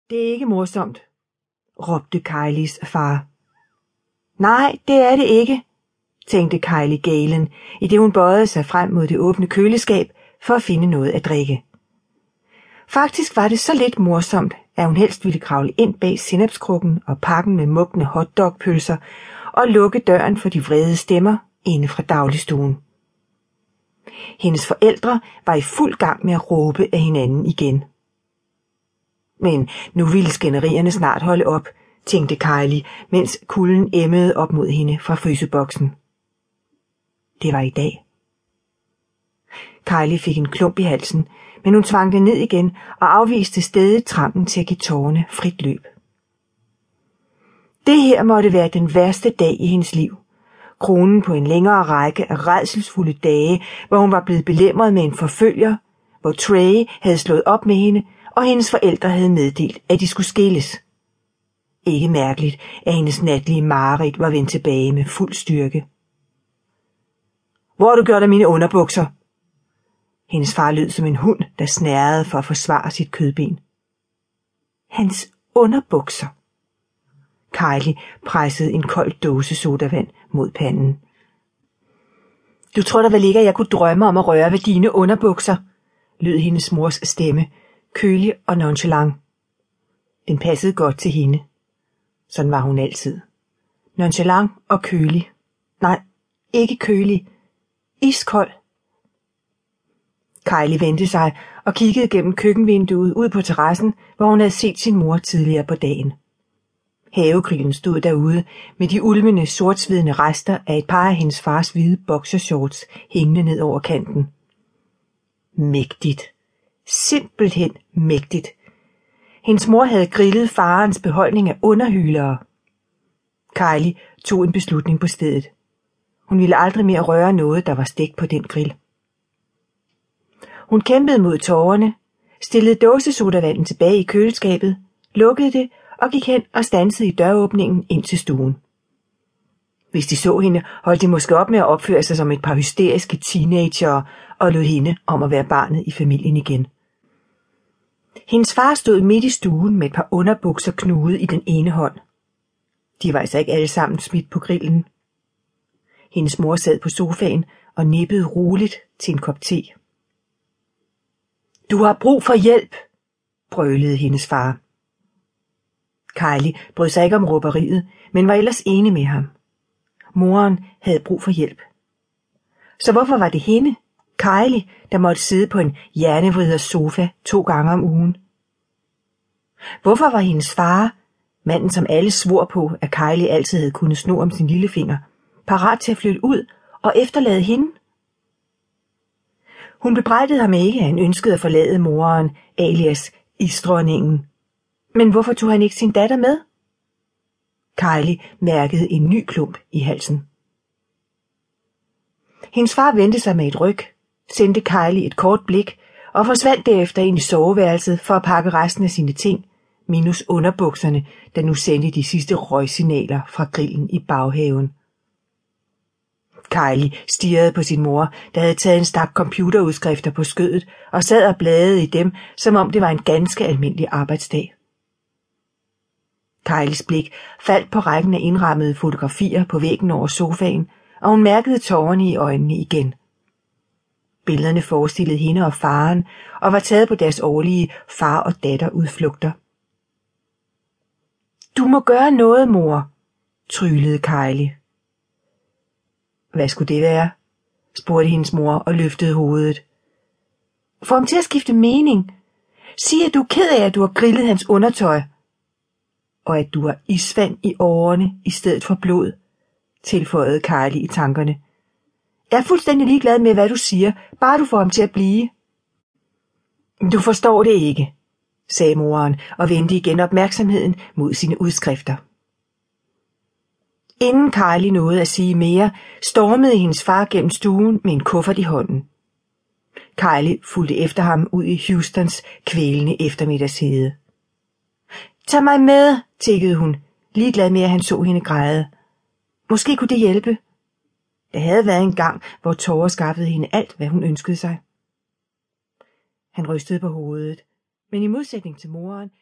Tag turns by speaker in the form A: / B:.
A: Det er ikke morsomt, råbte Kylies far. Nej, det er det ikke, tænkte Kylie Galen, i det hun bøjede sig frem mod det åbne køleskab for at finde noget at drikke. Faktisk var det så lidt morsomt, at hun helst ville kravle ind bag sennepskrukken og pakken med mugne hotdogpølser og lukke døren for de vrede stemmer inde fra dagligstuen. Hendes forældre var i fuld gang med at råbe af hinanden igen. Men nu ville skænderierne snart holde op, tænkte Kylie, mens kulden emmede op mod hende fra fryseboksen. Det var i dag. Kylie fik en klump i halsen, men hun tvang det ned igen og afviste stædigt trangen til at give tårerne frit løb. Det her måtte være den værste dag i hendes liv. Kronen på en længere række af rædselsfulde dage, hvor hun var blevet belemret med en forfølger, hvor Trey havde slået op med hende, og hendes forældre havde meddelt, at de skulle skilles. Ikke mærkeligt, at hendes natlige mareridt var vendt tilbage med fuld styrke. Hvor har du gjort af mine underbukser? Hendes far lød som en hund, der snærede for at forsvare sit kødben. Hans underbukser. Kylie pressede en kold dåse sodavand mod panden. Du tror da vel ikke, at jeg kunne drømme om at røre ved dine underbukser, lød hendes mors stemme, kølig og nonchalant. Den passede godt til hende. Sådan var hun altid. Nonchalant og kølig. Nej, ikke kølig. Iskold. Kylie vendte sig og kiggede gennem køkkenvinduet ud på terrassen, hvor hun havde set sin mor tidligere på dagen. Havegrillen stod derude med de ulmende, sortsvidende rester af et par af hendes fars hvide boxershorts hængende ned over kanten. Mægtigt. Simpelthen mægtigt. Hendes mor havde grillet farens beholdning af underhylere. Kylie tog en beslutning på stedet. Hun ville aldrig mere røre noget, der var stegt på den grill. Hun kæmpede mod tårerne, stillede dåsesodavanden tilbage i køleskabet, lukkede det og gik hen og standsede i døråbningen ind til stuen. Hvis de så hende, holdt de måske op med at opføre sig som et par hysteriske teenagere og lod hende om at være barnet i familien igen. Hendes far stod midt i stuen med et par underbukser knudet i den ene hånd. De var altså ikke alle sammen smidt på grillen. Hendes mor sad på sofaen og nippede roligt til en kop te. Du har brug for hjælp, brølede hendes far. Kylie brød sig ikke om råberiet, men var ellers enig med ham. Moren havde brug for hjælp. Så hvorfor var det hende, Kylie, der måtte sidde på en hjernevriders sofa 2 gange om ugen? Hvorfor var hendes far, manden som alle svor på, at Kylie altid havde kunnet sno om sin lillefinger, parat til at flytte ud og efterlade hende? Hun bebrejdede ham ikke, at han ønskede at forlade moren, alias isdronningen. Men hvorfor tog han ikke sin datter med? Kylie mærkede en ny klump i halsen. Hendes far vendte sig med et ryg, sendte Kylie et kort blik og forsvandt derefter ind i soveværelset for at pakke resten af sine ting, minus underbukserne, der nu sendte de sidste røgsignaler fra grillen i baghaven. Kylie stirrede på sin mor, der havde taget en stak computerudskrifter på skødet og sad og bladede i dem, som om det var en ganske almindelig arbejdsdag. Kylies blik faldt på rækken af indrammede fotografier på væggen over sofaen, og hun mærkede tårerne i øjnene igen. Billederne forestillede hende og faren og var taget på deres årlige far- og datter-udflugter. Du må gøre noget, mor, tryglede Kylie. Hvad skulle det være? Spurgte hendes mor og løftede hovedet. Få ham til at skifte mening. Sig, at du er ked af, at du har grillet hans undertøj. Og at du har isvand i årene i stedet for blod, tilføjede Kylie i tankerne. Jeg er fuldstændig ligeglad med, hvad du siger, bare du får ham til at blive. Du forstår det ikke, sagde moren og vendte igen opmærksomheden mod sine udskrifter. Inden Kylie nåede at sige mere, stormede hendes far gennem stuen med en kuffert i hånden. Kylie fulgte efter ham ud i Houstons kvælende eftermiddagshede. Tag mig med, tikkede hun, ligeglad med, at han så hende græde. Måske kunne det hjælpe. Der havde været en gang, hvor tårer skaffede hende alt, hvad hun ønskede sig. Han rystede på hovedet, men i modsætning til moren